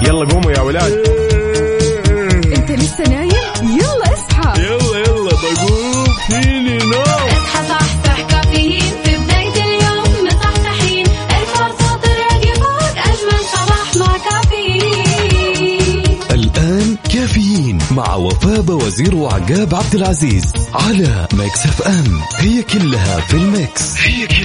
يلا قوموا يا ولاد. انت لسه نايم؟ يلا اصحى. يلا بقوم فيني نوم. اصحى صحصح كافيين في بداية اليوم مصحصحين. ارفع صوت الراديو فوق أجمل صباح مع كافيين. الآن كافيين مع وفاء بوزير وعقاب عبد العزيز على ميكس اف ام. هي كلها في الميكس.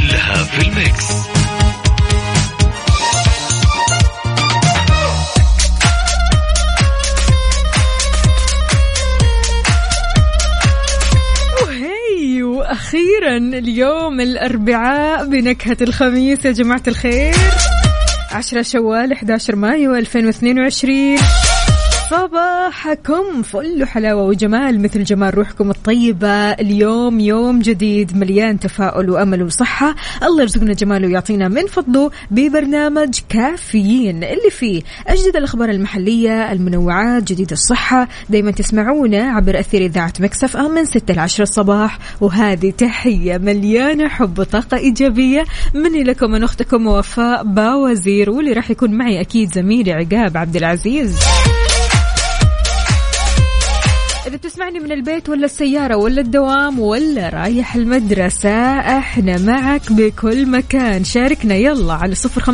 أخيرا اليوم الأربعاء بنكهة الخميس يا جماعة الخير. 10 شوال 11 مايو 2022. صباحكم فل حلاوة وجمال مثل جمال روحكم الطيبة. اليوم يوم جديد مليان تفاؤل وأمل وصحة. الله يرزقنا جماله ويعطينا من فضله ببرنامج كافيين اللي فيه أجدد الأخبار المحلية، المنوعات، جديد الصحة. دايما تسمعونا عبر أثير إذاعة ميكس اف ام من 6 ل 10 الصباح. وهذه تحية مليانة حب وطاقة إيجابية مني لكم من أختكم وفاء باوزير، واللي راح يكون معي أكيد زميلي عقاب عبد العزيز. إذا بتسمعني من البيت ولا السيارة ولا الدوام ولا رايح المدرسة، احنا معك بكل مكان. شاركنا يلا على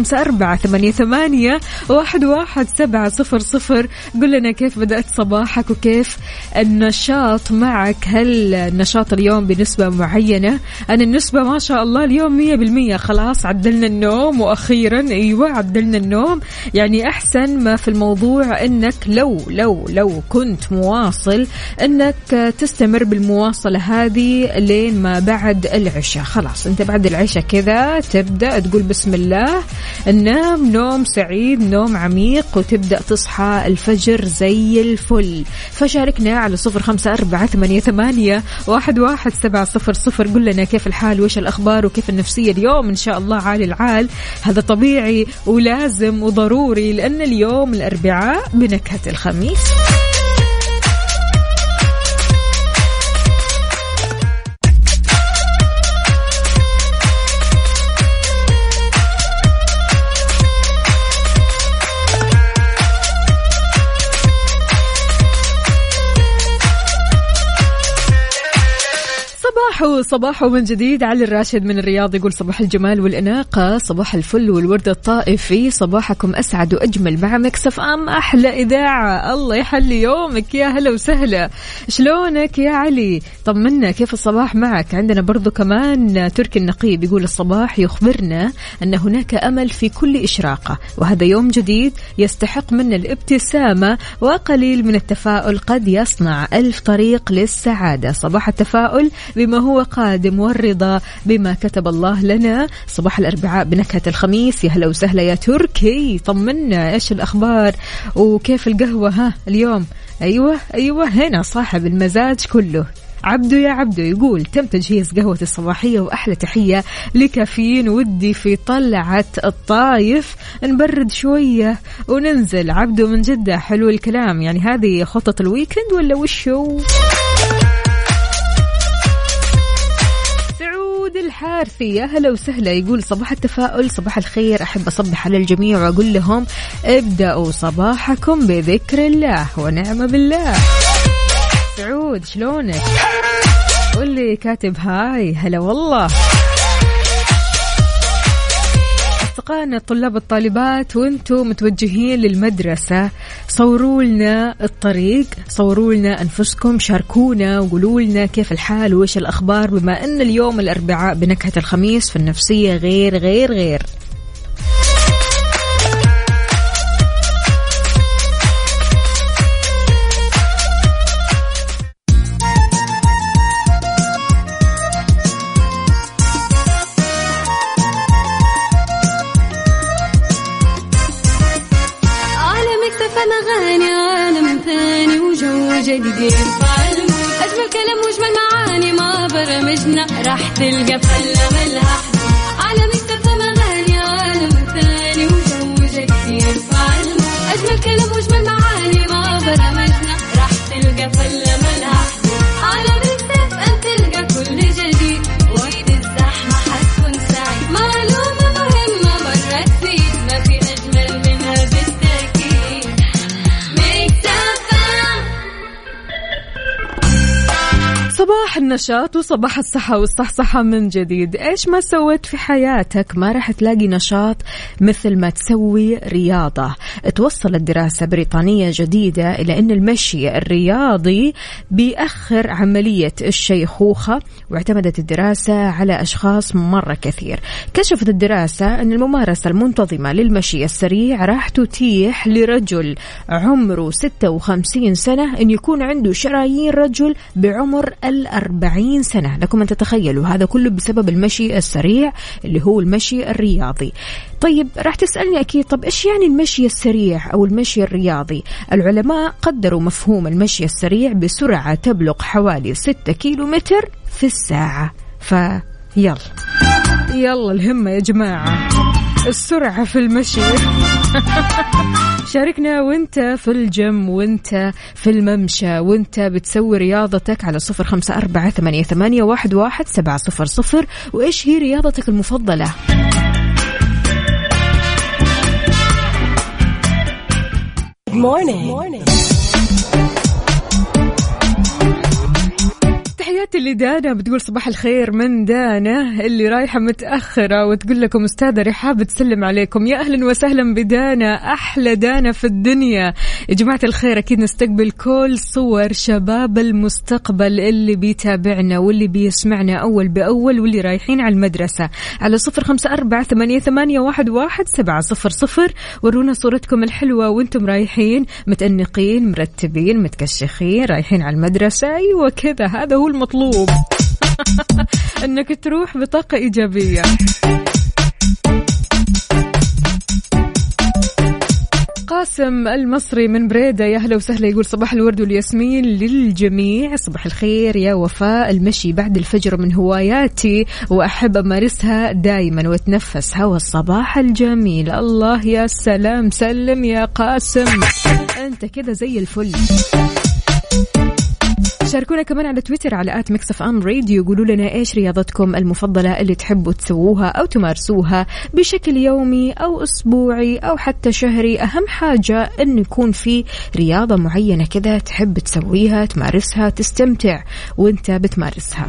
0548811700. قل لنا كيف بدأت صباحك وكيف النشاط معك. هل النشاط اليوم بنسبة معينة؟ أنا النسبة ما شاء الله اليوم 100%. خلاص عدلنا النوم، وأخيرا أيوة عدلنا النوم. يعني أحسن ما في الموضوع إنك لو كنت مواصل انك تستمر بالمواصلة هذه لين ما بعد العشاء. خلاص انت بعد العشاء كذا تبدأ تقول بسم الله، نام نوم سعيد، نوم عميق، وتبدأ تصحى الفجر زي الفل. فشاركنا على 0548811700. قل لنا كيف الحال وإيش الأخبار وكيف النفسية اليوم. إن شاء الله عالي العال، هذا طبيعي ولازم وضروري لأن اليوم الأربعاء بنكهة الخميس. صباح من جديد. علي الراشد من الرياض يقول صباح الجمال والإناقة، صباح الفل والورد الطائفي، صباحكم أسعد وأجمل مع ميكس اف ام. أحلى إذاعة، الله يحلي يومك. يا هلا وسهلا، شلونك يا علي؟ طمنا كيف الصباح معك؟ عندنا برضو كمان تركي النقيب يقول الصباح يخبرنا أن هناك أمل في كل إشراقة، وهذا يوم جديد يستحق منا الابتسامة، وقليل من التفاؤل قد يصنع 1000 طريق للسعادة. صباح التفاؤل بما هو قادم والرضا بما كتب الله لنا. صباح الأربعاء بنكهة الخميس. يا هلا وسهلا يا تركي، طمنا إيش الأخبار وكيف القهوة ها اليوم؟ أيوة هنا صاحب المزاج كله عبدو. يا عبدو يقول تم تجهيز قهوة الصباحية، وأحلى تحية لكافيين. ودي في طلعة الطايف نبرد شوية وننزل. عبدو من جدة، حلو الكلام. يعني هذه خطة الويكند ولا وشو؟ الحارثي يا هلا وسهلا يقول صباح التفاؤل، صباح الخير. أحب أصبح على الجميع وأقول لهم ابدأوا صباحكم بذكر الله ونعم بالله. سعود شلونك؟ قول لي كاتب هاي. هلا والله. أصدقائنا الطلاب الطالبات وانتم متوجهين للمدرسة، صوروا لنا الطريق، صوروا لنا أنفسكم، شاركونا وقولوا لنا كيف الحال وإيش الأخبار، بما أن اليوم الأربعاء بنكهة الخميس في النفسية غير. أجمل كلام وأجمل معاني ما برمجنا راح تلقى فلة ملها على مكتب مغاني عالم ثاني وجو كثير فعلا. أجمل كلام وأجمل معاني ما برمجنا راح تلقى فلة ملها على مكتب أن تلقى كل جديد. وقت الزحمة حتكون سعيد، معلومة مهمة مرت فيك ما في أجمل منها بالتأكيد. صباح النشاط وصباح الصحة والصحصحة من جديد. إيش ما سويت في حياتك ما راح تلاقي نشاط مثل ما تسوي رياضة. توصلت دراسة بريطانية جديدة إلى أن المشي الرياضي بيأخر عملية الشيخوخة، واعتمدت الدراسة على أشخاص مرة كثير. كشفت الدراسة أن الممارسة المنتظمة للمشي السريع راح تتيح لرجل عمره 56 سنة أن يكون عنده شرايين رجل بعمر 40 سنة. لكم أن تتخيلوا هذا كله بسبب المشي السريع اللي هو المشي الرياضي. طيب راح تسألني أكيد، طب إيش يعني المشي السريع أو المشي الرياضي؟ العلماء قدروا مفهوم المشي السريع بسرعة تبلغ حوالي 6 كيلومتر في الساعة. يلا الهمة يا جماعة، السرعة في المشي. شاركنا وانت في الجيم، وانت في الممشى، وانت بتسوي رياضتك على 0548811700. وإيش هي رياضتك المفضلة؟ Morning. تحياتي لدانا، بتقول صباح الخير من دانا اللي رايحة متأخرة، وتقول لكم أستاذة رحاب بتسلم عليكم. يا أهلا وسهلا بدانا، أحلى دانا في الدنيا. يا جماعة الخير أكيد نستقبل كل صور شباب المستقبل اللي بيتابعنا واللي بيسمعنا أول بأول واللي رايحين على المدرسة على 0548811700. ورونا صورتكم الحلوة وانتم رايحين متأنقين مرتبين متكشخين رايحين على المدرسة. أيوة كذا، هذا هو المطلوب. أنك تروح بطاقة إيجابية. قاسم المصري من بريدة، يا هلا وسهلا، يقول صباح الورد والياسمين للجميع. صباح الخير يا وفاء، المشي بعد الفجر من هواياتي وأحب أمارسها دائما وأتنفس هوا الصباح الجميل. الله يا سلام، سلم يا قاسم، أنت كذا زي الفل. شاركونا كمان على تويتر على @mixfmradio، قولوا لنا إيش رياضتكم المفضلة اللي تحبوا تسووها أو تمارسوها بشكل يومي أو أسبوعي أو حتى شهري. أهم حاجة أن يكون في رياضة معينة كذا تحب تسويها تمارسها تستمتع وانت بتمارسها.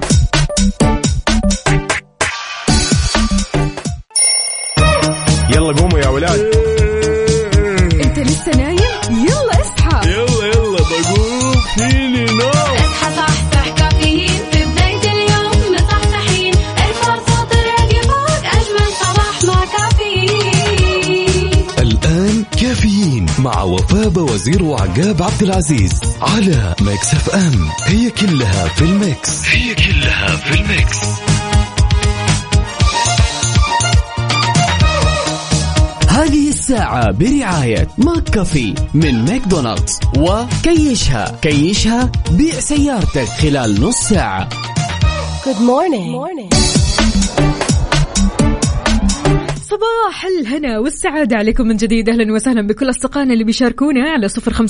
يلا قوموا يا ولاد. انت لسه نايم؟ يلا اصحى. يلا بقوم فيني نوم. اصحى صحصح كافيين في بداية اليوم مصحصحين. ارفع صوت الراديو فوق أجمل صباح مع كافيين. الآن كافيين مع وفاء وزير وعقاب عبد العزيز على ميكس اف ام. هي كلها في الميكس. هذه الساعة برعاية ماك كافي من ماكدونالدز، وكيشها بيع سيارتك خلال نص ساعة. Good morning. صباح الهنا والسعادة عليكم من جديد. أهلا وسهلا بكل أصدقائنا اللي بيشاركونا على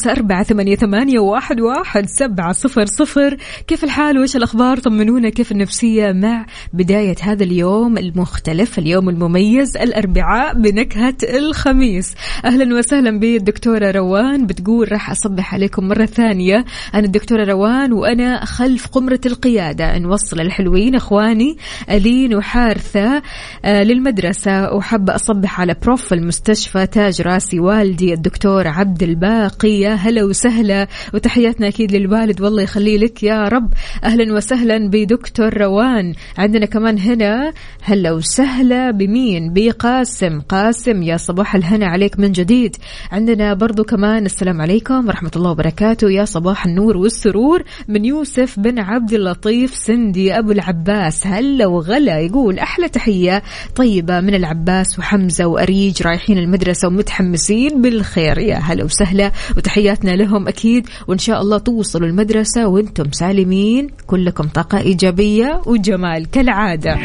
0548811700. كيف الحال وإيش الأخبار؟ طمنونا كيف النفسية مع بداية هذا اليوم المختلف، اليوم المميز، الأربعاء بنكهة الخميس. أهلا وسهلا بالدكتورة روان، بتقول راح أصبح عليكم مرة ثانية. أنا الدكتورة روان وأنا خلف قمرة القيادة، نوصل الحلوين أخواني ألين وحارثة للمدرسة، وحابة أصبح على بروف المستشفى تاج راسي والدي الدكتور عبد الباقي. يا هلا وسهلا، وتحياتنا أكيد للوالد والله يخلي لك يا رب. أهلا وسهلا بدكتور روان. عندنا كمان هنا هلا وسهلا بمين؟ بقاسم. قاسم يا صباح الهنا عليك من جديد. عندنا برضو كمان السلام عليكم ورحمة الله وبركاته، يا صباح النور والسرور من يوسف بن عبد اللطيف سندي أبو العباس. هلا وغلا، يقول أحلى تحية طيبة من العباس وحمزة وأريج رايحين المدرسة ومتحمسين بالخير. يا هلا وسهلا، وتحياتنا لهم أكيد، وإن شاء الله توصلوا المدرسة وانتم سالمين، كلكم طاقة إيجابية وجمال كالعادة.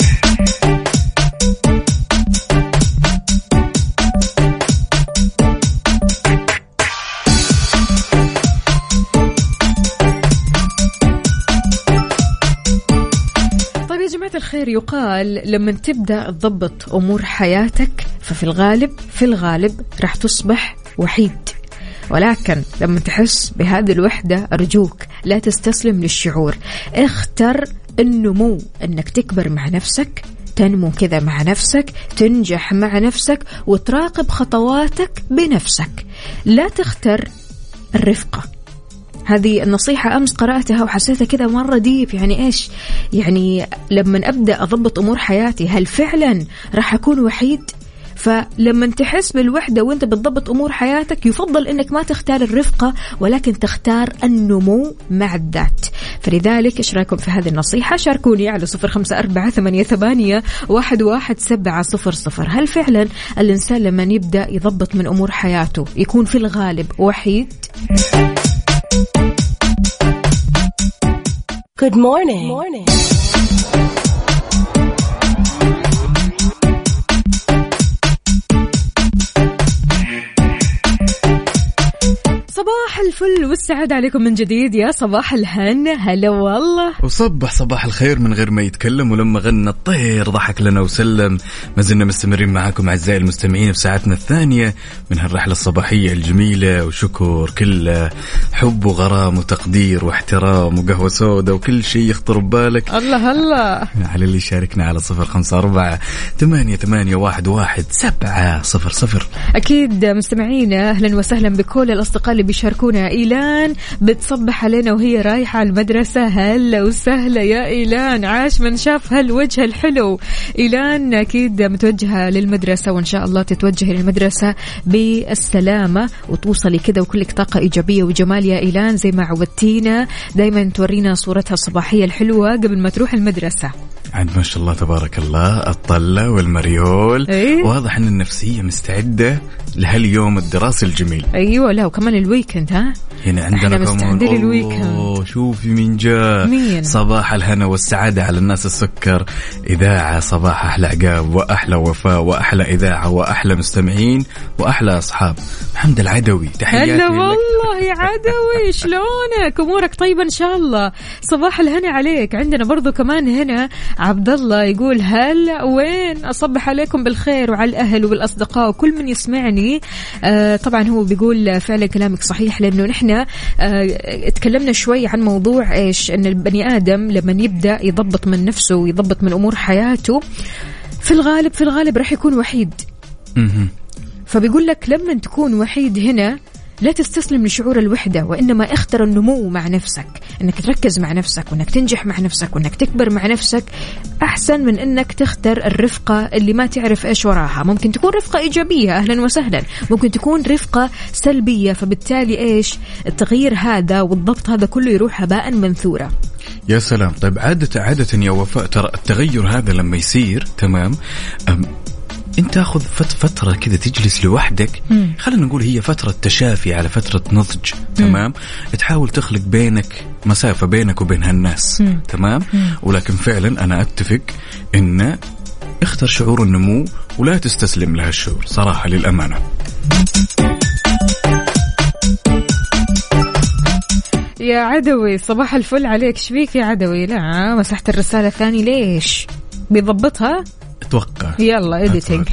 الخير، يقال لما تبدأ تضبط أمور حياتك ففي الغالب راح تصبح وحيد، ولكن لما تحس بهذه الوحدة أرجوك لا تستسلم للشعور. اختر النمو أنك تكبر مع نفسك، تنمو كذا مع نفسك، تنجح مع نفسك، وتراقب خطواتك بنفسك. لا تختر الرفقة. هذه النصيحة أمس قرأتها وحسيتها كذا مرة ديب. يعني إيش؟ يعني لما أبدأ أضبط أمور حياتي هل فعلا راح أكون وحيد؟ فلما تحس بالوحدة وانت بتضبط أمور حياتك يفضل انك ما تختار الرفقة ولكن تختار النمو مع الذات. فلذلك ايش رايكم في هذه النصيحة؟ شاركوني على 0548811700. هل فعلا الإنسان لما يبدأ يضبط من أمور حياته يكون في الغالب وحيد؟ Good morning. Good morning. صباح الفل والسعادة عليكم من جديد. يا صباح الهنا، هلا والله. وصبح صباح الخير من غير ما يتكلم، ولما غنى الطير ضحك لنا وسلم. ما زلنا مستمرين معاكم أعزائي المستمعين في ساعتنا الثانية من هالرحلة الصباحية الجميلة، وشكر كل حب وغرام وتقدير واحترام وقهوة سودة وكل شيء يخطر ببالك. الله الله على اللي شاركنا على 0548811700. أكيد مستمعينا، أهلا وسهلا بكل الأصدقاء اللي بيشاركونا. إيلان بتصبح علينا وهي رايحة على المدرسة. هلا وسهلا يا إيلان، عاش من شاف هالوجه الحلو. إيلان أكيد متوجهة للمدرسة، وإن شاء الله تتوجهي للمدرسة بالسلامة وتوصلي كده وكلك طاقة إيجابية وجمال يا إيلان، زي ما عودتينا دايما تورينا صورتها الصباحية الحلوة قبل ما تروح المدرسة. عند ما شاء الله تبارك الله الطلة والمريول. إيه؟ واضح أن النفسية مستعدة لهاليوم الدراسي الجميل. أيوة، لا وكمان الويكند. ها هنا عندنا مستعدين للويكند. شوفي مين جاء. مين؟ صباح الهنا والسعادة على الناس السكر. إذاعة صباح أحلى عقاب وأحلى وفاء وأحلى إذاعة وأحلى مستمعين وأحلى أصحاب. محمد العدوي، تحياتي. هلا والله يا عدوي، شلونك؟ أمورك طيبة إن شاء الله. صباح الهنا عليك. عندنا برضو كمان هنا عبد الله يقول هلا وين، أصبح عليكم بالخير وعلى الأهل والأصدقاء وكل من يسمعني. طبعا هو بيقول فعلا كلامك صحيح، لأنه نحن اتكلمنا شوي عن موضوع إيش، أن البني آدم لما يبدأ يضبط من نفسه ويضبط من أمور حياته في الغالب راح يكون وحيد. فبيقول لك لما تكون وحيد هنا لا تستسلم لشعور الوحدة، وإنما اختر النمو مع نفسك، إنك تركز مع نفسك وإنك تنجح مع نفسك وإنك تكبر مع نفسك، أحسن من إنك تختار الرفقة اللي ما تعرف إيش وراها. ممكن تكون رفقة إيجابية أهلا وسهلا، ممكن تكون رفقة سلبية، فبالتالي إيش التغيير هذا والضبط هذا كله يروح هباء منثورا. يا سلام. طيب عادة يا وفاء ترى التغير هذا لما يصير تمام انت تاخذ فترة كذا تجلس لوحدك، خلينا نقول هي فترة تشافي على فترة نضج. تمام. تحاول تخلق بينك مسافة بينك وبين هالناس. تمام. ولكن فعلا انا اتفق ان اختر شعور النمو ولا تستسلم لها الشعور صراحة للأمانة. يا عدوي صباح الفل عليك. شبيك يا عدوي؟ لا مسحت الرسالة ثاني ليش؟ بيضبطها اتوقع. يلا اديتنج.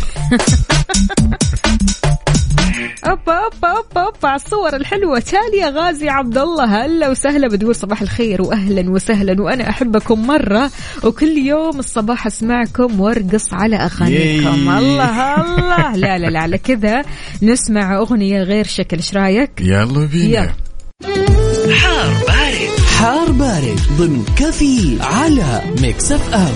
أوبا الصور الحلوة. تاليا غازي عبد الله هلا وسهلا، بتقول صباح الخير وأهلا وسهلا وأنا أحبكم مرة، وكل يوم الصباح أسمعكم وارقص على أغانيكم. الله الله. لا على كذا نسمع أغنية غير شكل. إيش رأيك؟ يلا بينا. حار بارد ضمن كفي على ميكس اف ام.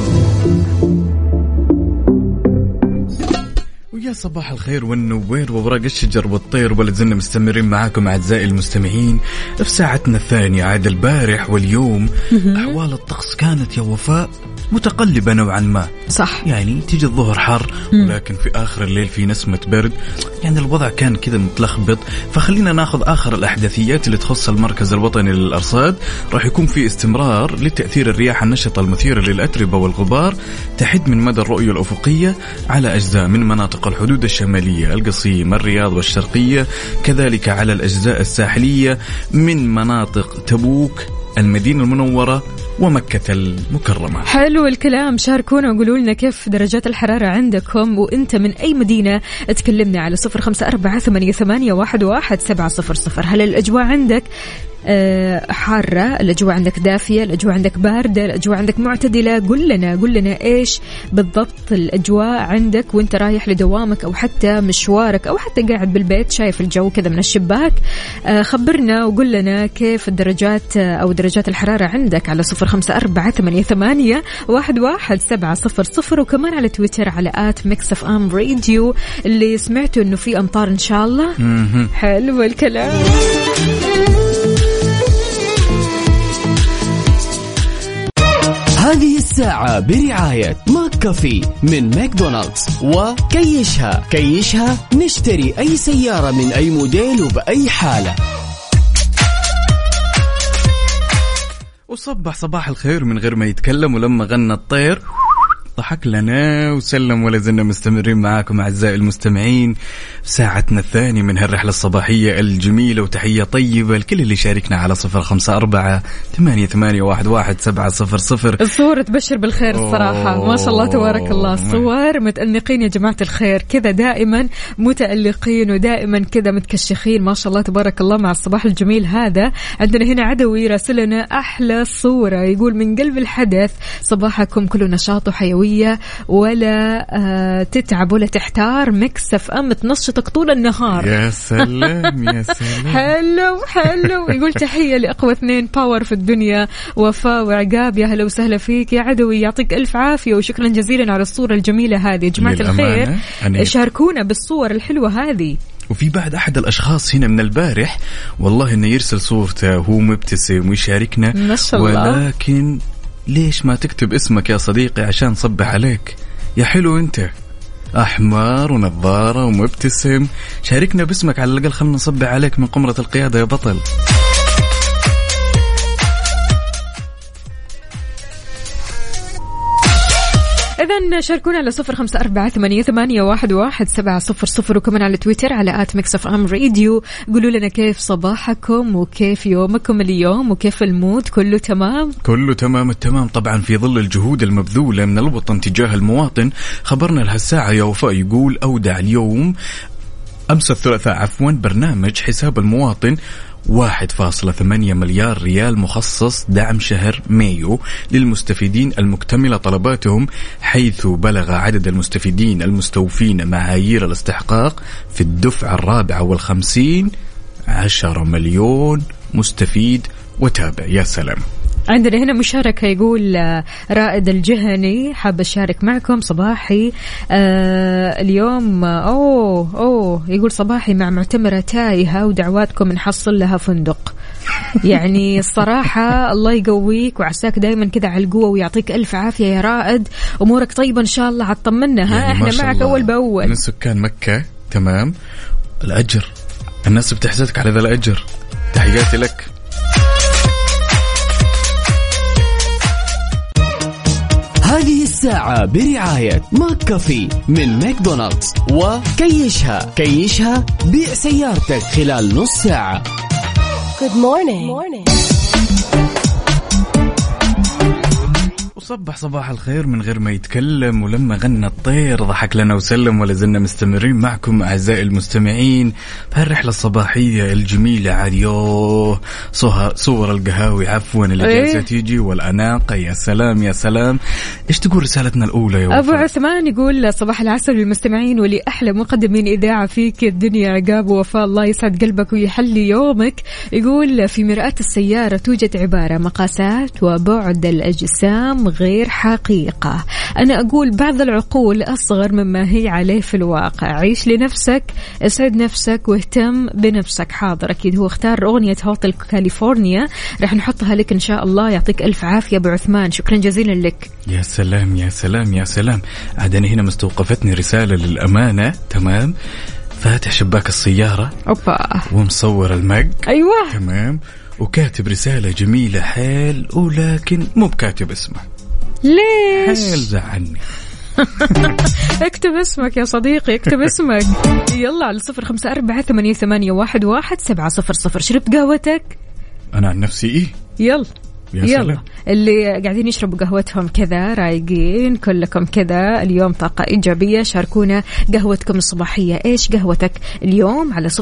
ويا صباح الخير والنوير وورق الشجر والطير، ولا زلنا مستمرين معاكم أعزائي المستمعين في ساعتنا الثانية. عاد البارح واليوم أحوال الطقس كانت يا وفاء متقلبة نوعا ما. صح. يعني تيجي الظهر حر ولكن في آخر الليل في نسمة برد، يعني الوضع كان كذا متلخبط. فخلينا ناخذ آخر الأحداثيات اللي تخص المركز الوطني للأرصاد. راح يكون في استمرار لتأثير الرياح النشطة المثيرة للأتربة والغبار، تحد من مدى الرؤية الأفقية على أجزاء من مناطق الحدود الشمالية، القصيم، الرياض والشرقية، كذلك على الأجزاء الساحلية من مناطق تبوك، المدينة المنورة ومكة المكرمة. حلو الكلام. شاركونا وقولوا لنا كيف درجات الحرارة عندكم وانت من أي مدينة. تكلمنا على 0548811700. هل الأجواء عندك حارة، الأجواء عندك دافية، الأجواء عندك باردة، الأجواء عندك معتدلة؟ قل لنا إيش بالضبط الأجواء عندك وانت رايح لدوامك أو حتى مشوارك أو حتى قاعد بالبيت شايف الجو كذا من الشباك. خبرنا وقل لنا كيف الدرجات أو درجات الحرارة عندك على 0548811700 وكمان على تويتر على @mixfmradio. اللي سمعتوا إنه في أمطار إن شاء الله. حلو الكلام. هذه الساعة برعاية ماك كافي من ماكدونالدز وكيشها. كيشها نشتري أي سيارة من أي موديل وبأي حالة. وصبح صباح الخير من غير ما يتكلم، ولما غنى الطير ضحك لنا وسلم. ولا زلنا مستمرين معاكم أعزائي المستمعين ساعتنا الثانية من هالرحلة الصباحية الجميلة. وتحية طيبة لكل اللي شاركنا على 0548811700. الصور تبشر بالخير الصراحة، ما شاء الله تبارك الله. الصور متألقين يا جماعة الخير، كذا دائما متألقين ودائما كذا متكشخين ما شاء الله تبارك الله مع الصباح الجميل هذا. عندنا هنا عدوي راسلنا أحلى صورة، يقول من قلب الحدث صباحكم كله نشاط وحيوية ولا تتعب ولا تحتار. ميكس اف ام تنشطك طول النهار. يا سلام يا سلام. حلو. يقول تحية لأقوى 2 باور في الدنيا، وفاء وعقاب. يا هلا وسهلا فيك يا عدوي، يعطيك ألف عافية وشكرا جزيلا على الصورة الجميلة هذه. جماعة الخير شاركونا بالصور الحلوة هذه. وفي بعد أحد الأشخاص هنا من البارح والله إنه يرسل صورته وهو مبتسم ويشاركنا ما شاء الله. ولكن ليش ما تكتب اسمك يا صديقي عشان نصبح عليك؟ يا حلو انت أحمر ونظارة ومبتسم، شاركنا باسمك على الأقل، خلنا نصبح عليك من قمرة القيادة يا بطل. إذن شاركونا على 0548811700 وكمان على تويتر على @mixfmradio. قولوا لنا كيف صباحكم وكيف يومكم اليوم وكيف المود. كله تمام؟ كله تمام التمام. طبعا في ظل الجهود المبذولة من الوطن تجاه المواطن، خبرنا لهالساعة يا وفاء يقول أودع اليوم أمس الثلاثاء برنامج حساب المواطن 1.8 مليار ريال مخصص دعم شهر مايو للمستفيدين المكتملة طلباتهم، حيث بلغ عدد المستفيدين المستوفين معايير الاستحقاق في الدفعة 54 10 مليون مستفيد وتابع. يا سلام. عندنا هنا مشاركة، يقول رائد الجهني حاب أشارك معكم صباحي اليوم. يقول صباحي مع معتمرة تايهة ودعواتكم نحصل لها فندق. يعني الصراحة الله يقويك وعساك دايما كذا على القوة ويعطيك ألف عافية يا رائد. أمورك طيبة إن شاء الله، عطمنا يعني احنا معك أول بأول. من سكان مكة تمام. الأجر الناس بتحسدك على ذا الأجر، تحياتي لك. هذه الساعة برعاية ماك كافي من ماكدونالدز وكيشها. كيشها بيع سيارتك خلال نص ساعة. Good morning. وصبح صباح الخير من غير ما يتكلم، ولما غنى الطير ضحك لنا وسلم. ولا زلنا مستمرين معكم أعزائي المستمعين بهالرحلة الصباحية الجميلة. عاديوه صور القهاوي عفوا اللي جالسة تيجي والأناقة. يا سلام يا سلام. إيش تقول رسالتنا الأولى يا وفاء؟ أبو عثمان يقول صباح العسل للمستمعين ولأحلى مقدمين إذاعة فيك الدنيا. عقاب ووفاء الله يسعد قلبك ويحلي يومك. يقول في مرآة السيارة توجد عبارة مقاسات وبعد الأجسام غير حقيقة. أنا أقول بعض العقول أصغر مما هي عليه في الواقع. عيش لنفسك، اسعد نفسك واهتم بنفسك. حاضر أكيد. هو اختار أغنية هوتل كاليفورنيا، رح نحطها لك إن شاء الله. يعطيك ألف عافية أبو عثمان، شكرا جزيلا لك. يا سلام يا سلام يا سلام. عادني هنا مستوقفتني رسالة للأمانة تمام. فاتح شباك السيارة ومصور المج. أيوة تمام. وكاتب رسالة جميلة حيل ولكن مو بكاتب اسمه. ليش؟ حيل زعلني. اكتب اسمك يا صديقي، اكتب اسمك. يلا على 0548811700. شربت قهوتك؟ أنا عن نفسي إيه. يلا يلا اللي قاعدين يشربوا قهوتهم كذا رايقين كلكم كذا اليوم طاقة إيجابية، شاركونا قهوتكم الصباحية. إيش قهوتك اليوم على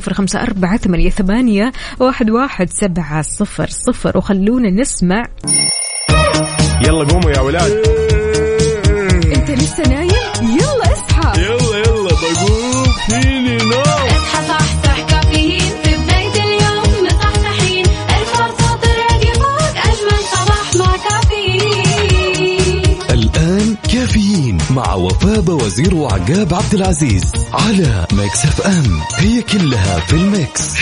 0548811700 وخلونا نسمع. يلا قوموا يا ولاد. انت لسه نايم؟ يلا اصحى. يلا بقوم فيني نوم. اصحى صحصح كافيين في بداية اليوم مصحصحين، الفرصة تراقي فوق أجمل صباح مع كافيين. الآن كافيين مع وفاء وزير وعقاب عبد العزيز على ميكس اف ام. هي كلها في الميكس.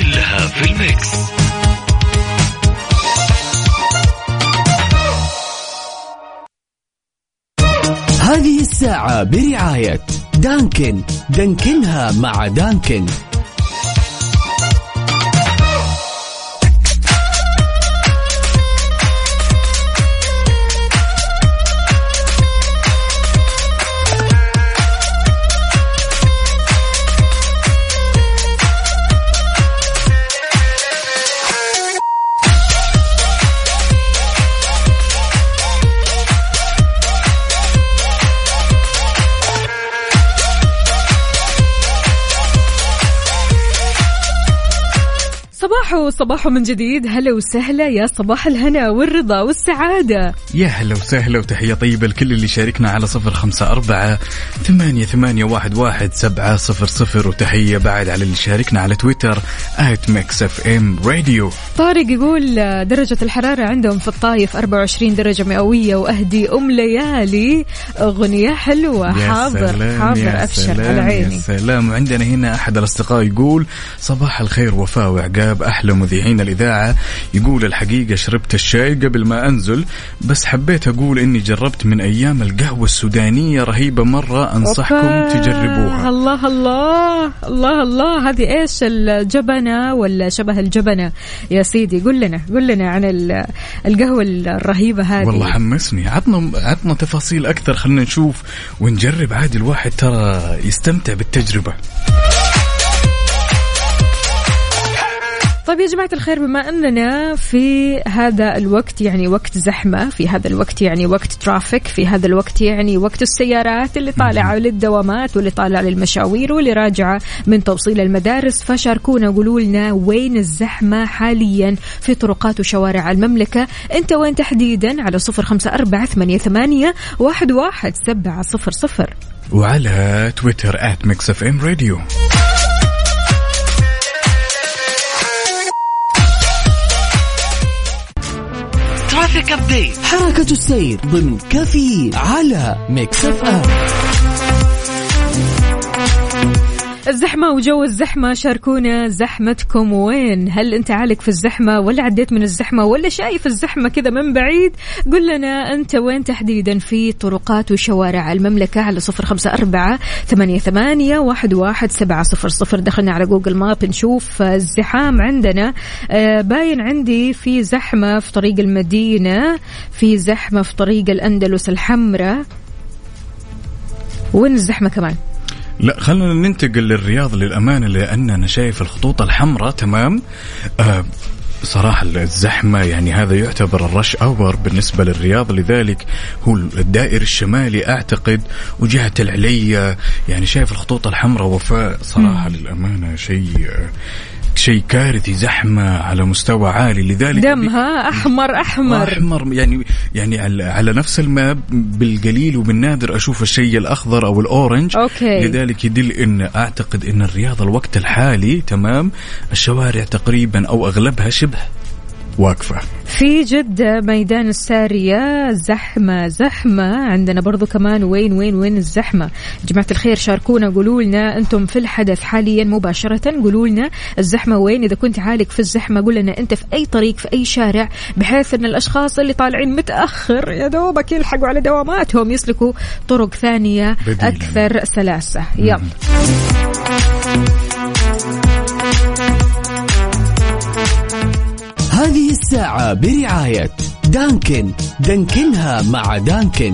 هذه الساعة برعاية دانكن، دانكنها مع دانكن. صباح من جديد. هلا وسهلا، يا صباح الهنا والرضا والسعادة. يا هلا وسهلا وتحية طيبة لكل اللي شاركنا على 0548811700 وتحية بعد على اللي شاركنا على تويتر @mixfmradio. طارق يقول درجة الحرارة عندهم في الطايف 24 درجة مئوية وأهدي ليالي أغنية حلوة. حاضر أبشر على عيني. يا سلام. وعندنا هنا أحد الأصدقاء يقول صباح الخير وفاء وعقاب أحلى مذيعين الإذاعة. يقول الحقيقة شربت الشاي قبل ما أنزل، بس حبيت أقول إني جربت من أيام القهوة السودانية رهيبة مرة، أنصحكم تجربوها. الله الله الله الله. هذه إيش الجبنة ولا شبه الجبنة يا سيدي؟ قل لنا عن القهوة الرهيبة هذه. والله حمسني. عطنا تفاصيل أكثر، خلنا نشوف ونجرب. عادي الواحد ترى يستمتع بالتجربة. طيب يا جماعة الخير، بما أننا في هذا الوقت يعني وقت زحمة، في هذا الوقت يعني وقت ترافيك، في هذا الوقت يعني وقت السيارات اللي طالعة للدوامات واللي طالعة للمشاوير واللي راجعة من توصيل المدارس، فشاركونا قولوا لنا وين الزحمة حاليا في طرقات وشوارع المملكة. أنت وين تحديدا؟ على 0548811700 وعلى تويتر @mixfmradio. ترافيك أبديت، حركة السير ضمن كافيين على ميكس اف ام. الزحمة وجو الزحمة، شاركونا زحمتكم وين؟ هل أنت عالق في الزحمة ولا عديت من الزحمة ولا شايف الزحمة كذا من بعيد؟ قل لنا أنت وين تحديدا في طرقات وشوارع المملكة على 0548811700. دخلنا على جوجل ماب نشوف الزحام عندنا. باين عندي في زحمة في طريق المدينة، في زحمة في طريق الأندلس الحمراء. وين الزحمة كمان؟ لا خلينا ننتقل للرياض للأمانة، لأن أنا شايف الخطوط الحمراء تمام. صراحة الزحمة يعني هذا يعتبر الرش أور بالنسبة للرياض، لذلك هو الدائر الشمالي أعتقد وجهة العليا. يعني شايف الخطوط الحمراء وفاء صراحة للأمانة شيء كارثي، زحمة على مستوى عالي، لذلك دمها أحمر يعني على نفس الماب بالقليل وبالنادر أشوف الشيء الأخضر أو الأورنج. أوكي. لذلك يدل إن أعتقد إن الرياض الوقت الحالي تمام الشوارع تقريبا أو أغلبها شبه واقفة. في جدة ميدان السارية زحمة عندنا برضو كمان. وين الزحمة جماعة الخير؟ شاركونا قولوا لنا أنتم في الحدث حاليا مباشرة، قولوا لنا الزحمة وين. إذا كنت عالق في الزحمة قول لنا أنت في أي طريق في أي شارع، بحيث أن الأشخاص اللي طالعين متأخر يا دوبك يلحقوا على دواماتهم يسلكوا طرق ثانية بديلة أكثر سلاسة. يلا هذه الساعة برعاية دانكن، دانكنها مع دانكن.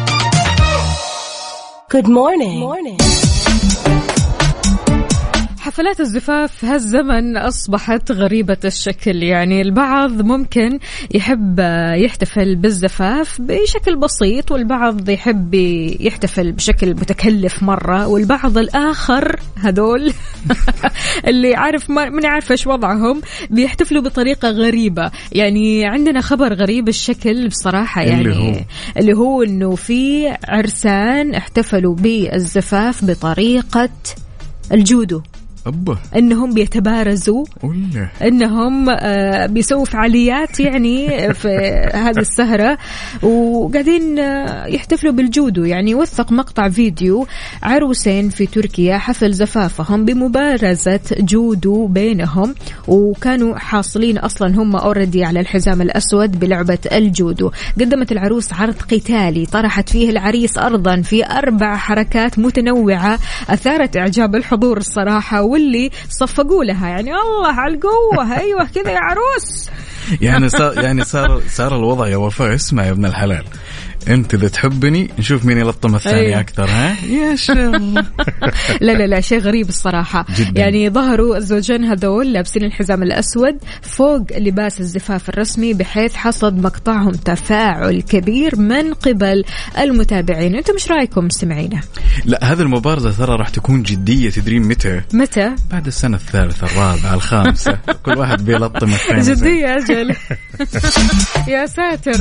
Good morning. احتفالات الزفاف هالزمن أصبحت غريبة الشكل. يعني البعض ممكن يحب يحتفل بالزفاف بشكل بسيط، والبعض يحب يحتفل بشكل متكلف مرة، والبعض الآخر هذول اللي عارف من عارف إيش وضعهم بيحتفلوا بطريقة غريبة. يعني عندنا خبر غريب الشكل بصراحة، يعني اللي هو إنه في عرسان احتفلوا بالزفاف بطريقة الجودو. انهم بيتبارزوا، انهم بيسووا فعاليات يعني في هذه السهرة، وقاعدين يحتفلوا بالجودو. يعني وثق مقطع فيديو عروسين في تركيا حفل زفافهم بمبارزة جودو بينهم، وكانوا حاصلين اصلا هم اوريدي على الحزام الاسود بلعبة الجودو. قدمت العروس عرض قتالي طرحت فيه العريس ارضا في 4 حركات متنوعة اثارت اعجاب الحضور الصراحة، واللي صفقوا لها يعني الله على القوة. أيوة كذا يا عروس. يعني صار الوضع يا وفاء. اسمع يا ابن الحلال، انت اذا تحبني نشوف مين يلطم الثاني اكثر. ها يا شاء الله. لا شيء غريب الصراحه جداً. يعني ظهروا الزوجين هذول لابسين الحزام الاسود فوق لباس الزفاف الرسمي، بحيث حصد مقطعهم تفاعل كبير من قبل المتابعين. انتم مش رايكم مستمعينا؟ لا هذه المبارزه ترى راح تكون جديه. تدرين متى؟ بعد السنه الثالثه الرابعه الخامسه كل واحد بيلطم الثاني. جديه اجل. يا ساتر.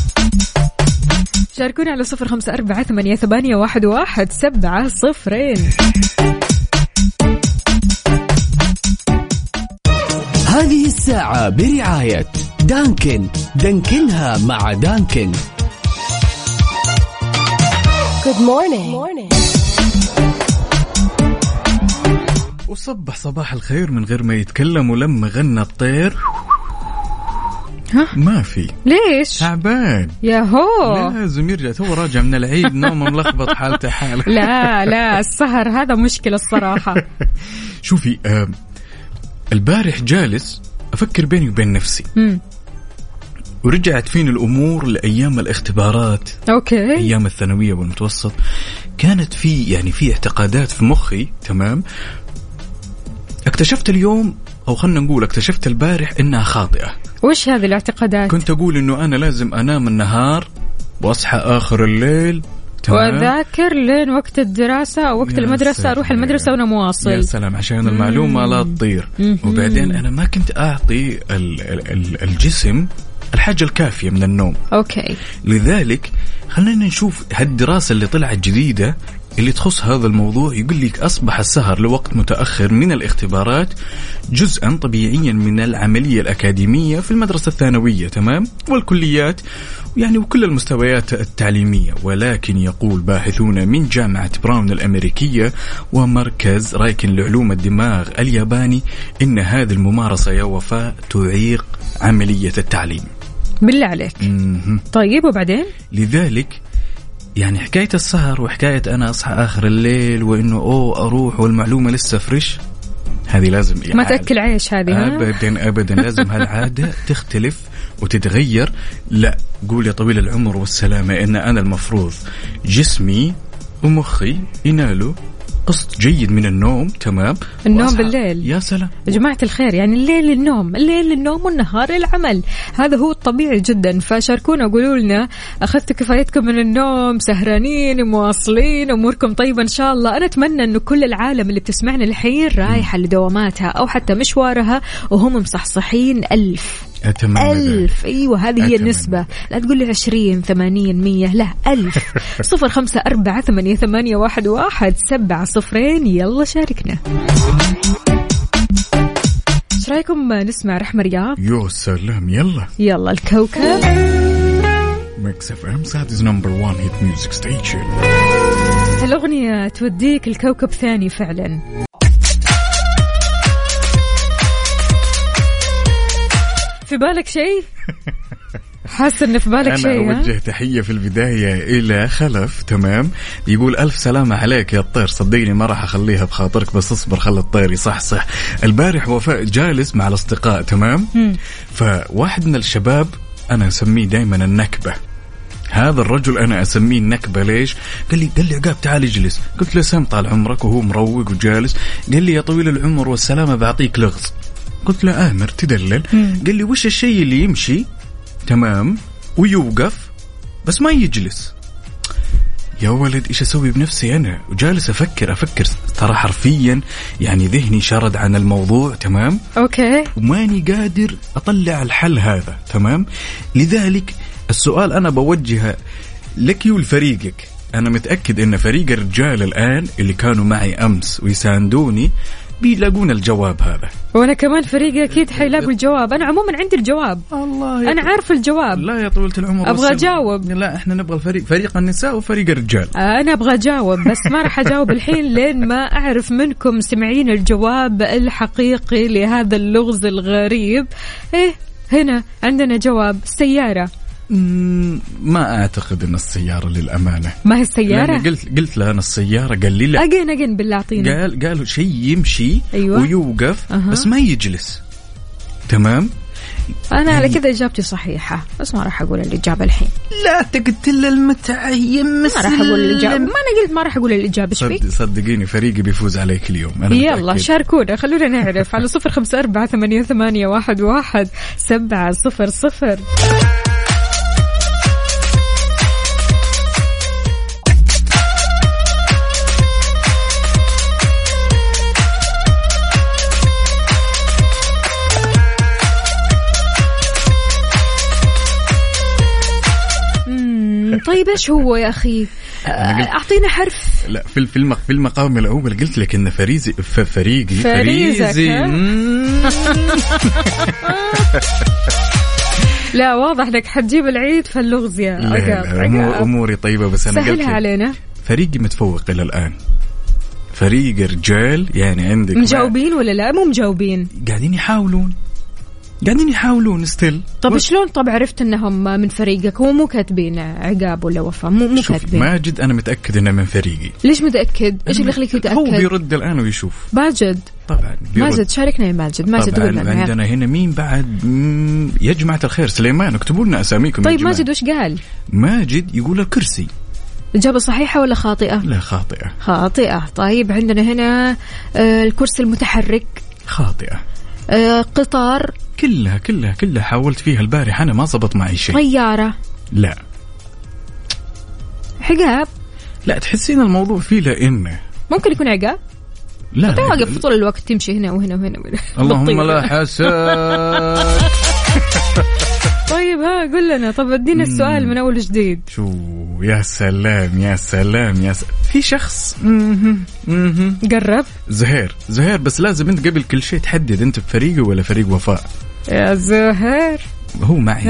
شاركونا على 0548811700. هذه الساعة برعاية دانكن. دانكنها مع دانكن. Good morning. وصبح صباح الخير من غير ما يتكلم، ولما غنى الطير ما في. ليش؟ تعبان يا هو. لازم يرجع، هو راجع من العيد نومه ملخبط حالته حاله. لا السهر هذا مشكلة الصراحة. شوفي البارح جالس أفكر بيني وبين نفسي ورجعت فين الأمور لأيام الاختبارات. أوكي. أيام الثانوية والمتوسط كانت في اعتقادات في مخي. تمام. اكتشفت اليوم، أو خلنا نقول اكتشفت البارح إنها خاطئة. وش هذه الاعتقادات؟ كنت أقول إنه أنا لازم أنام النهار وأصحى آخر الليل وأذاكر لين وقت الدراسة أو وقت المدرسة، أروح المدرسة وأنا مواصل. يا سلام، عشان المعلومة لا تطير. وبعدين أنا ما كنت أعطي الجسم الحاجة الكافية من النوم. أوكي. لذلك خلينا نشوف هالدراسة اللي طلعت جديدة اللي تخص هذا الموضوع. يقول لك أصبح السهر لوقت متأخر من الاختبارات جزءا طبيعيا من العملية الأكاديمية في المدرسة الثانوية. تمام. والكليات يعني وكل المستويات التعليمية. ولكن يقول باحثون من جامعة براون الأمريكية ومركز رايكن لعلوم الدماغ الياباني إن هذه الممارسة يا وفاء تعيق عملية التعليم. بالله عليك. طيب وبعدين؟ لذلك يعني حكاية السهر وحكاية أنا أصحى آخر الليل وإنه أروح والمعلومة لسه فريش، هذه لازم ما تأكل عيش هذه. أبدا لازم هالعادة تختلف وتتغير. لا قول يا طويل العمر والسلامة إن أنا المفروض جسمي ومخي ينالوا قسط جيد من النوم. تمام. النوم بالليل. يا سلام يا جماعة الخير، يعني الليل النوم والنهار العمل، هذا هو الطبيعي جدا. فشاركونا وقولوا لنا أخذتوا كفايتكم من النوم، سهرانين، مواصلين، أموركم طيبة إن شاء الله. أنا أتمنى أنه كل العالم اللي بتسمعنا الحين رايحة لدواماتها أو حتى مشوارها وهم مصحصحين 1000. أتمنى 1000. أيوة هذه هي النسبة. لا تقول لي 20 80 100، لا 1000. 0548811700. يلا شاركنا. ايش رايكم نسمع رحمة رياض؟ يا سلام. يلا الكوكب. ميكس اف ام سادس نمبر 1 هيت ميوزك ستيشن. الأغنية توديك الكوكب ثاني فعلا. في بالك شيء؟ حاسس إن في بالك شيء. أنا أوجه تحية في البداية إلى خلف. تمام. يقول ألف سلامة عليك يا الطير، صدقني ما راح أخليها بخاطرك، بس اصبر خلي الطير يصحصح. البارح وفاء جالس مع الأصدقاء. تمام. فواحد من الشباب أنا أسميه دايما النكبة، هذا الرجل أنا أسميه النكبة. ليش؟ قال لي عقاب تعال اجلس. قلت له سم طال عمرك، وهو مروق وجالس. قال لي يا طويل العمر والسلامة بعطيك لغز. قلت له آمر تدلل. قال لي وش الشيء اللي يمشي تمام ويوقف بس ما يجلس؟ يا ولد إيش أسوي بنفسي أنا؟ وجالس أفكر ترى حرفيا يعني ذهني شرد عن الموضوع تمام. أوكي. وماني قادر أطلع الحل هذا تمام. لذلك السؤال أنا بوجهه لك ولفريقك. أنا متأكد إن فريق الرجال الآن اللي كانوا معي أمس ويساندوني بيلاقون الجواب هذا، وانا كمان فريقي اكيد حيلاقوا الجواب. انا عموما عندي الجواب، الله انا عارف الجواب. لا يا طولة العمر ابغى اجاوب. لا احنا نبغى فريق النساء وفريق الرجال. انا ابغى اجاوب بس ما راح اجاوب الحين لين ما اعرف منكم سمعين الجواب الحقيقي لهذا اللغز الغريب. ايه هنا عندنا جواب سيارة. ما أعتقد أن السيارة للأمانة. ما هي السيارة؟ قلت له أنا السيارة. قال لي لا. أجين بالله أعطينا. قالوا شيء يمشي أيوة. ويوقف بس ما يجلس. تمام. أنا على كذا إجابتي صحيحة بس ما راح أقول الإجابة الحين. لا تقتل المتعة يمس. ما راح أقول الإجابة. ما أنا قلت ما راح أقول الإجابة. صدقيني فريقي بيفوز عليك اليوم. أنا يلا متأكد. شاركونا خلونا نعرف على 0548811700. طيب ايش هو يا اخي؟ اعطينا حرف. لا في المقام الاول قلت لك ان فريقي لا واضح انك حتجيب العيد في اللغز يا عقاب. اموري طيبه بس انا قلت علينا. فريقي متفوق الى الان. فريق رجال يعني عندك مجاوبين ولا لا؟ مو مجاوبين، قاعدين يحاولون ستيل. طب شلون طب عرفت انهم من فريقك؟ هو مو كاتبين عقاب ولا وفاء؟ مو كاتبين. ماجد انا متاكد انه من فريقي. ليش متاكد؟ ايش اللي يخليك تتاكد؟ هو بيرد الان ويشوف. ماجد طبعا ماجد شاركنا يا ماجد طبعا. عندنا هنا مين بعد؟ يا جماعه الخير سليمان اكتبوا لنا اساميكم. طيب ماجد وش قال؟ ماجد يقول الكرسي. إجابة صحيحة ولا خاطئة؟ لا خاطئة. طيب عندنا هنا الكرسي المتحرك. خاطئة. قطار. كلها حاولت فيها البارحة أنا ما زبط معي شيء. طيارة. لا. عقاب. لا تحسين الموضوع فيه لأنه ممكن يكون عقاب. لا واقف طول الوقت تمشي هنا وهنا وهنا. اللهم لا حسد. طيب قل لنا. طب ادينا السؤال من أول جديد. شو يا سلام في شخص قرب. زهير بس لازم انت قبل كل شيء تحدد انت بفريقه ولا فريق وفاء. يا زهير. هو معي.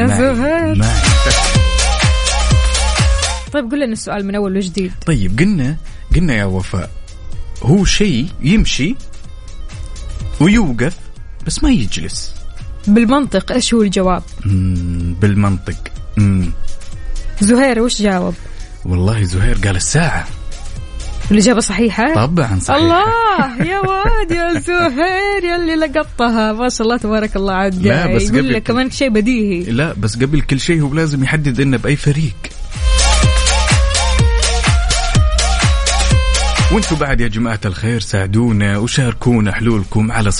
طيب قل لنا السؤال من أول وجديد. طيب قلنا يا وفاء هو شيء يمشي ويوقف بس ما يجلس. بالمنطق ايش هو الجواب؟ بالمنطق. زهير وش جاوب؟ والله زهير قال الساعة. الإجابة صحيحة؟ طبعا صحيحة. الله يا واد يا زهير يلي لقطها ما شاء الله تبارك الله عاد. لا بس يقول لك كمان شيء بديهي. لا بس قبل كل شيء هو لازم يحدد إنه بأي فريق. وانتوا بعد يا جماعة الخير ساعدونا وشاركونا حلولكم على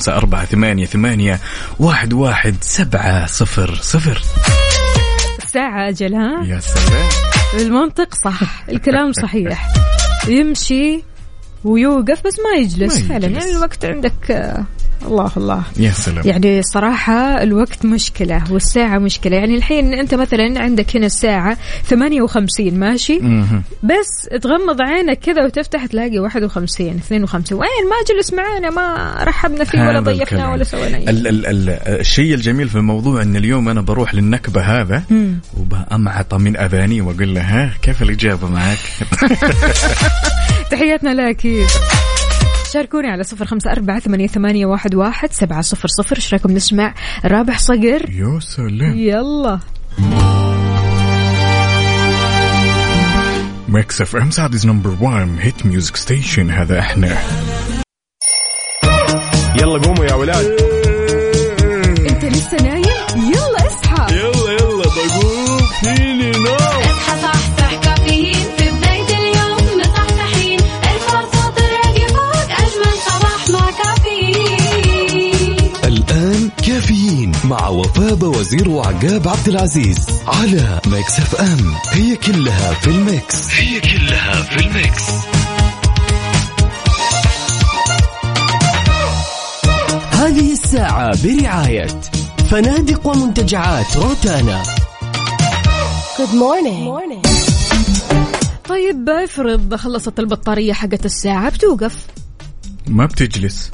0548811700. الساعة أجل. ها يا سلام. المنطق صح. الكلام صحيح. يمشي ويوقف بس ما يجلس. فعلا يعني الوقت عندك الله يا سلام. يعني صراحة الوقت مشكلة والساعة مشكلة. يعني الحين أنت مثلا عندك هنا الساعة 58 ماشي بس تغمض عينك كذا وتفتح تلاقي 51 52. وين ما جلس معانا ما رحبنا فيه ولا ضيفنا ولا سوينا. الشيء الجميل في الموضوع أن اليوم أنا بروح للنكبة هذا وبأمعط من أذاني وأقول له كيف الإجابة معك. تحياتنا لك. شاركوني على 0548811700. ايش رايكم نسمع رابح صقر؟ يا سلام. يلا ميكس اف ام سعوديز نمبر 1 هيت ميوزك ستيشن. هذا احنا. يلا قوموا يا ولاد. انت لسه نايم؟ يلا اصحى. يلا بقوم فيني نام. مع وفاء وزير وعقاب عبد العزيز على ميكس اف ام. هي كلها في الميكس. هذه الساعة برعاية فنادق ومنتجعات روتانا. Good morning. طيب افرض خلصت البطارية حقت الساعة بتوقف، ما بتجلس.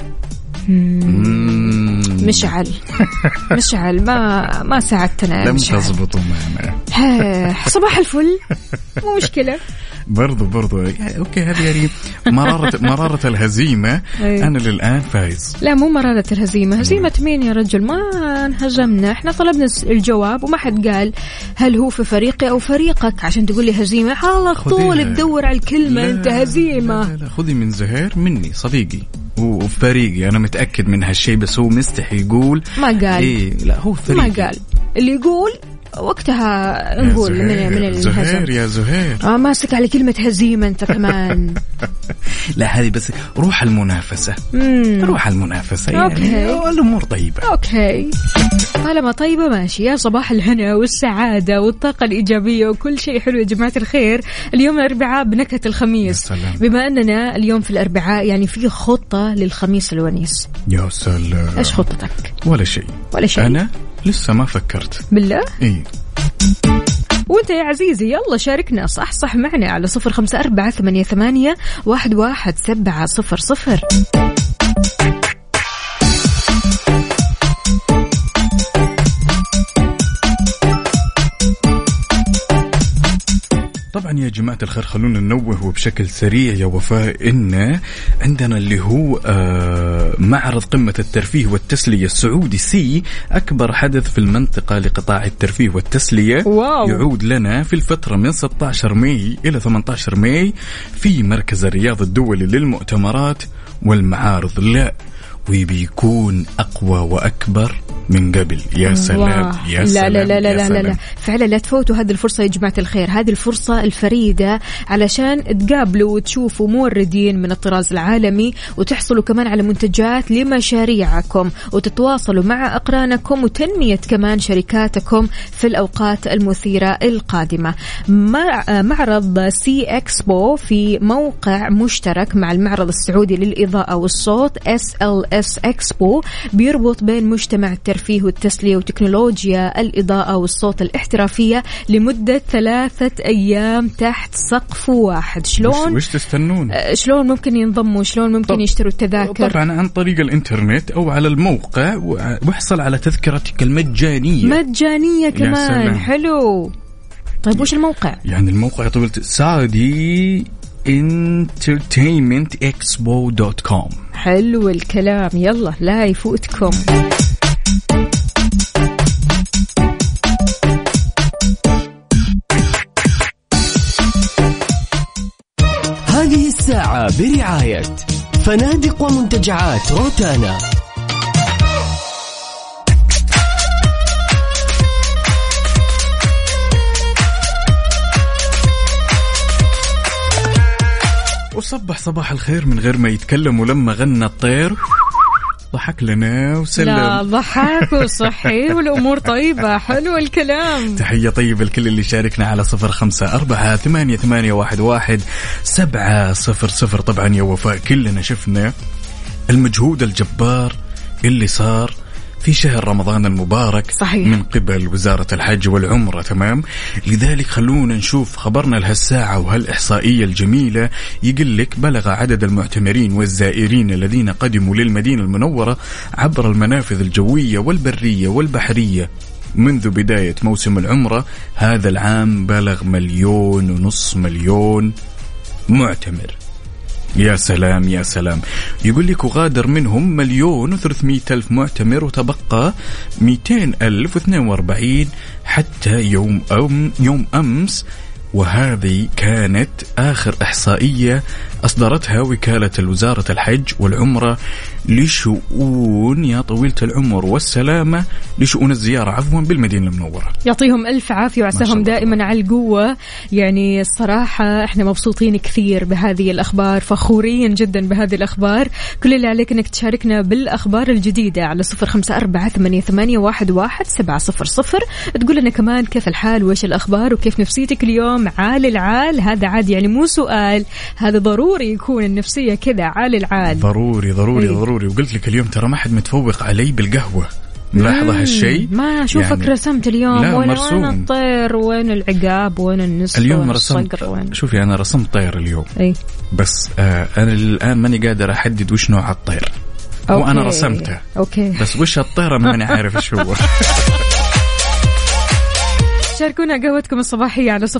مشعل ما ساعدتنا. لم تزبطوا معنا. صباح الفل. مو مشكلة. برضو يعني اوكي، هذه يعني مرارة الهزيمة. انا للآن فايز. لا مو مرارة الهزيمة. هزيمة مين يا رجل؟ ما انهزمنا، احنا طلبنا الجواب وما حد قال هل هو في فريقي او فريقك عشان تقول لي هزيمة. على طول تدور على الكلمة. انت هزيمة. لا خذي من زهير مني صديقي وفريقي، انا متأكد من هالشيء، بس هو مستحي يقول. ما قال. إيه لا هو فريقي. ما قال. اللي يقول وقتها نقول من الهزم. زهير يا زهير. ماسك على كلمة هزيمة انت كمان. لا هذه بس روح المنافسة. روح المنافسة يعني. اوكي. الأمور طيبة. اوكي طالما طيبة ماشي. يا صباح الهنا والسعادة والطاقة الإيجابية وكل شيء حلو يا جماعة الخير. اليوم الأربعاء بنكهة الخميس. بما أننا اليوم في الأربعاء يعني في خطة للخميس الونيس. يا سلام. ايش خطتك؟ ولا شيء. أنا لسه ما فكرت. بالله؟ إيه. وانت يا عزيزي يلا شاركنا صح معنا على 0548811700. طبعا يا جماعة الخير خلونا ننوه بشكل سريع يا وفاء إن عندنا اللي هو معرض قمة الترفيه والتسلية السعودي سي، أكبر حدث في المنطقة لقطاع الترفيه والتسلية. واو. يعود لنا في الفترة من 16 ماي إلى 18 ماي في مركز الرياض الدولي للمؤتمرات والمعارض. لا وبيكون أقوى وأكبر من قبل. يا سلام. يا سلام. لا فعلا لا تفوتوا هذه الفرصة يا جماعة الخير. هذه الفرصة الفريدة علشان تقابلوا وتشوفوا موردين من الطراز العالمي وتحصلوا كمان على منتجات لمشاريعكم وتتواصلوا مع أقرانكم وتنمية كمان شركاتكم في الأوقات المثيرة القادمة. معرض سي إكسبو في موقع مشترك مع المعرض السعودي للإضاءة والصوت SLS إكسبو بيربط بين مجتمع الترفيه والتسلية وتكنولوجيا الإضاءة والصوت الاحترافية لمدة 3 أيام تحت سقف واحد. شلون؟ وش تستنون؟ شلون ممكن ينضموا؟ شلون ممكن يشتروا التذاكر؟ طبعا عن طريق الإنترنت أو على الموقع واحصل على تذكرتك المجانية. مجانية كمان. حلو. طيب وش الموقع؟ يعني الموقع طولت سعودي entertainmentexpo.com. حلو الكلام. يلا لا يفوتكم. هذه الساعة برعاية فنادق ومنتجعات روتانا. وصبح صباح الخير من غير ما يتكلم، ولما غنى الطير ضحك لنا وسلم. لا ضحك وصحي والأمور طيبة. حلو الكلام. تحية طيبة الكل اللي شاركنا على 0548811700. طبعا يا وفاء كلنا شفنا المجهود الجبار اللي صار في شهر رمضان المبارك. صحيح. من قبل وزارة الحج والعمرة. تمام. لذلك خلونا نشوف خبرنا لهالساعة وهالإحصائية الجميلة. يقلك بلغ عدد المعتمرين والزائرين الذين قدموا للمدينة المنورة عبر المنافذ الجوية والبرية والبحرية منذ بداية موسم العمرة هذا العام بلغ 1.5 مليون معتمر. يا سلام يا سلام. يقول لك وغادر منهم 1,300,000 معتمر وتبقى 200,042 حتى يوم أمس. وهذه كانت آخر إحصائية أصدرتها وكالة الوزارة الحج والعمرة لشؤون يا طويلة العمر والسلامة، لشؤون الزيارة عفوا بالمدينة المنورة. يعطيهم ألف عافية وعساهم دائما على القوة. يعني الصراحة احنا مبسوطين كثير بهذه الأخبار، فخورين جدا بهذه الأخبار. كل اللي عليك انك تشاركنا بالأخبار الجديدة على 0548811700. تقول لنا كمان كيف الحال وإيش الأخبار وكيف نفسيتك اليوم. عال العال هذا عاد يعني مو سؤال، هذا ضروري يكون النفسية كذا عال العال. ضروري ضروري ضروري. وقلت لك اليوم ترى ما حد متفوق علي بالقهوة، ملاحظة هالشيء؟ ما أشوفك يعني رسمت اليوم وين الطير وين العقاب وين النصف اليوم رسمت. شوفي أنا رسمت طير اليوم بس أنا الآن ماني قادر أحدد وش نوع الطير. وأنا رسمته بس وش الطير أنا ماني عارف شو هو. شاركونا قهوتكم الصباحية على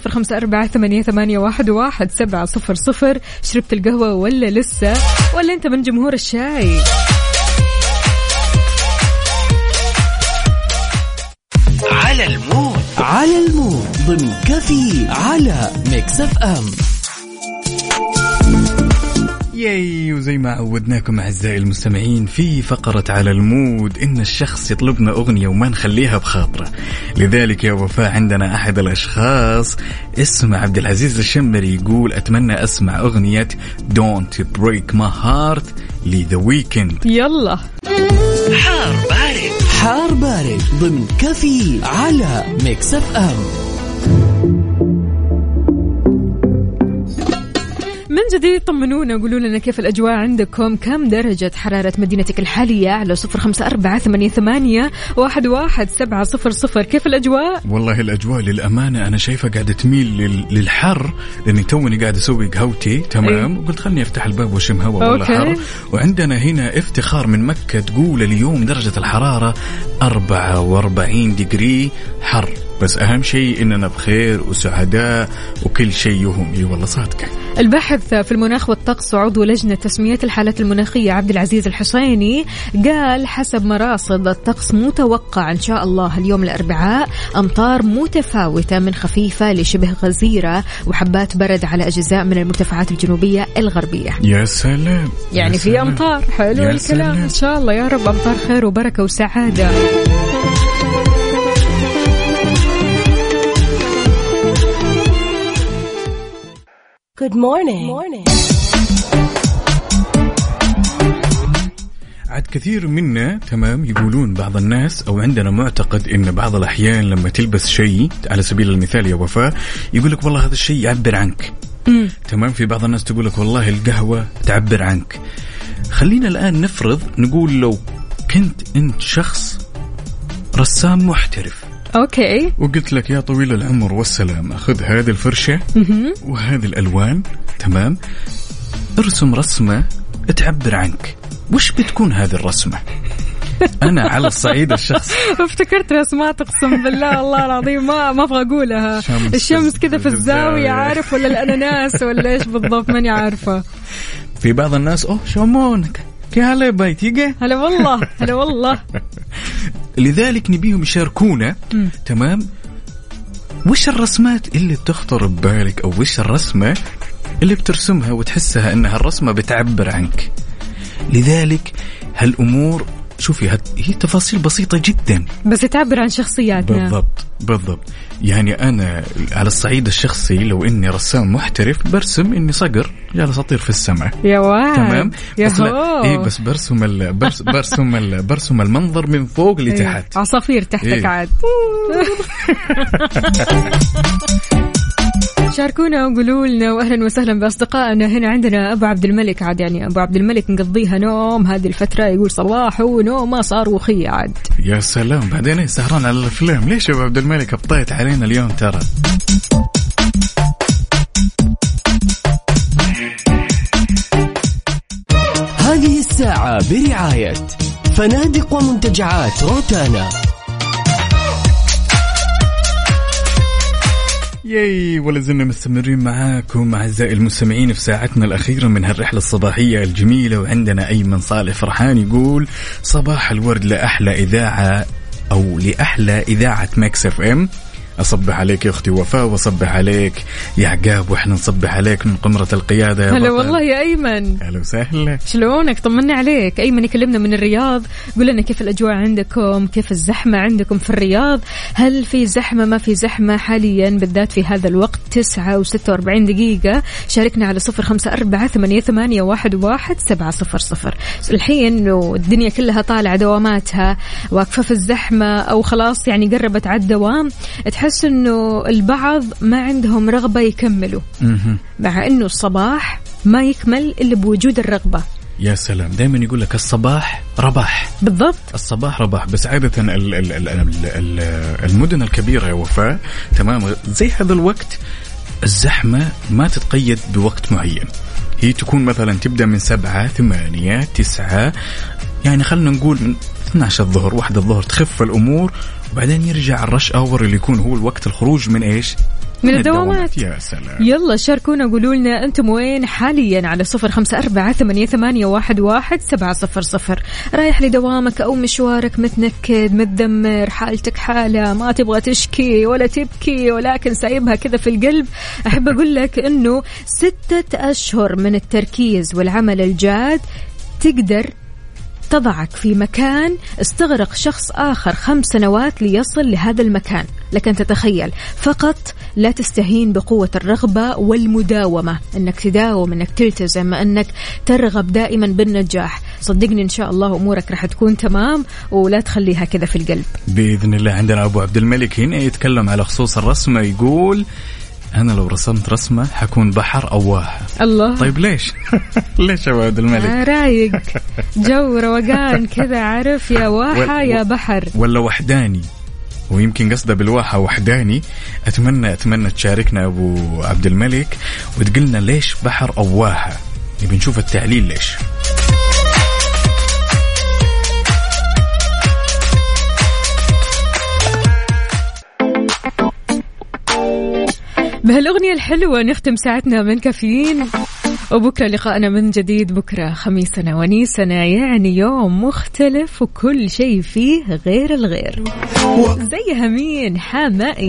0548811700. شربت القهوة ولا لسه، ولا أنت من جمهور الشاي؟ على المود ضمن كفي على ميكس اف ام. ياي وزي ما عودناكم أعزائي المستمعين في فقرة على المود إن الشخص يطلبنا أغنية وما نخليها بخاطره. لذلك يا وفاء عندنا أحد الأشخاص اسمه عبد العزيز الشمري يقول أتمنى أسمع أغنية Don't Break My Heart لذا ويكند. يلا حار بارد ضمن كفي على ميكس اف ام. من جديد طمنونا وقولوا لنا كيف الأجواء عندكم، كم درجة حرارة مدينتك الحالية على 0548811700. كيف الأجواء؟ والله الأجواء للأمانة أنا شايفة قاعدة تميل للحر، لأني توني قاعد أسوي قهوتي تمام وقلت خلني أفتح الباب وشم هوا والله حر. وعندنا هنا افتخار من مكة تقول اليوم درجة الحرارة 44 ديجري حر، بس أهم شيء إننا بخير وسعداء وكل شيء يهم. إيه والله صادقة. الباحث في المناخ والطقس وعضو لجنة تسمية الحالات المناخية عبد العزيز الحسيني قال حسب مراصد الطقس متوقع إن شاء الله اليوم الأربعاء أمطار متفاوتة من خفيفة لشبه غزيرة وحبات برد على أجزاء من المرتفعات الجنوبية الغربية. يا سلام، يعني في أمطار. حلو الكلام. إن شاء الله يا رب أمطار خير وبركة وسعادة. Good morning. عاد كثير منا تمام يقولون بعض الناس أو عندنا معتقد إن بعض الأحيان لما تلبس شيء على سبيل المثال يا وفاء يقولك والله هذا الشيء يعبر عنك. تمام. في بعض الناس تقولك والله القهوة تعبر عنك. خلينا الآن نفرض نقول لو كنت أنت شخص رسام محترف أوكي وقلت لك يا طويل العمر والسلامة خذ هذه الفرشة وهذه الألوان تمام ارسم رسمة تعبر عنك، وش بتكون هذه الرسمة؟ أنا على الصعيد الشخص افتكرت رسمات أقسم بالله والله العظيم ما أبغى أقولها. الشمس كذا في الزاوية عارف، ولا الأناناس ولا إيش بالضبط ماني عارفة. في بعض الناس شمونك كي هلا بيتيجي هلا والله هلا والله. لذلك نبيهم يشاركونا تمام وش الرسمات اللي تخطر ببالك أو وش الرسمة اللي بترسمها وتحسها أنها الرسمة بتعبر عنك. لذلك هالأمور شوفي هي تفاصيل بسيطة جدا بس تعبر عن شخصياتنا. بالضبط. يعني أنا على الصعيد الشخصي لو إني رسام محترف برسم إني صقر جالس أطير في السماء. يا واه تمام. بس برسم المنظر من فوق لتحت. عصافير تحتك عاد. شاركونا وقولوا لنا واهلا وسهلا باصدقائنا. هنا عندنا ابو عبد الملك عاد، يعني ابو عبد الملك نقضيها نوم هذه الفتره، يقول صباح ونوم ما صار وخي عاد. يا سلام بعدين سهران على الافلام. ليش يا ابو عبد الملك ابطيت علينا اليوم ترى؟ هذه الساعه برعايه فنادق ومنتجعات روتانا. ياي ولا زلنا مستمرين معاكم أعزائي المستمعين في ساعتنا الأخيرة من هالرحلة الصباحية الجميلة. وعندنا أيمن صالح فرحان يقول صباح الورد لأحلى إذاعة أو لأحلى إذاعة ميكس اف ام. أصبح عليك يا أختي وفاء، وأصبح عليك يا عقاب، وإحنا نصبح عليك من قمرة القيادة يا هلا والله يا أيمن. أهلا وسهلا، شلونك؟ طمنا عليك. أيمن يكلمنا من الرياض، قول لنا كيف الأجواء عندكم، كيف الزحمة عندكم في الرياض، هل في زحمة ما في زحمة حاليا بالذات في هذا الوقت 9:46 دقيقة. شاركنا على 0548811700. الحين إنه الدنيا كلها طالعة دواماتها، واقفة في الزحمة أو خلاص يعني قربت على الدوام، تحس إنه البعض ما عندهم رغبة يكملوا، مع إنه الصباح ما يكمل إلا بوجود الرغبة. يا سلام، دائما يقول لك الصباح رباح. بالضبط، الصباح رباح. بس عادة المدن الكبيرة يا وفاء تمام زي هذا الوقت الزحمة ما تتقيد بوقت معين، هي تكون مثلا تبدأ من 7 8 9، يعني خلنا نقول من 12 الظهر 1 الظهر تخف الأمور، وبعدين يرجع الرش أور اللي يكون هو الوقت الخروج من إيش؟ من الدوامات. يا سلام. يلا شاركونا قولوا لنا أنتم وين حاليا على 0548811700. رايح لدوامك أو مشوارك متنكد متدمر، حالتك حالة ما تبغى تشكي ولا تبكي ولكن سايبها كذا في القلب، أحب أقول لك أنه 6 أشهر من التركيز والعمل الجاد تقدر تضعك في مكان استغرق شخص آخر 5 سنوات ليصل لهذا المكان. لكن تتخيل، فقط لا تستهين بقوة الرغبة والمداومة، أنك تداوم، أنك تلتزم، أنك ترغب دائما بالنجاح. صدقني إن شاء الله أمورك رح تكون تمام، ولا تخليها كذا في القلب بإذن الله. عندنا أبو عبد الملك هنا يتكلم على خصوص الرسمة، يقول أنا لو رسمت رسمة حكون بحر أو واحة. الله. طيب ليش؟ ليش يا عبد الملك؟ رايق، جو روقان كذا، عارف، يا واحة يا بحر ولا وحداني، ويمكن قصده بالواحة وحداني. أتمنى تشاركنا أبو عبد الملك وتقلنا ليش بحر أو واحة، نبي نشوف التعليل ليش. بهالأغنية الحلوة نختم ساعتنا من كافيين، وبكرة لقاءنا من جديد. بكرة خميسنا ونيسنا، يعني يوم مختلف وكل شيء فيه غير الغير. زيها مين؟ حمائي.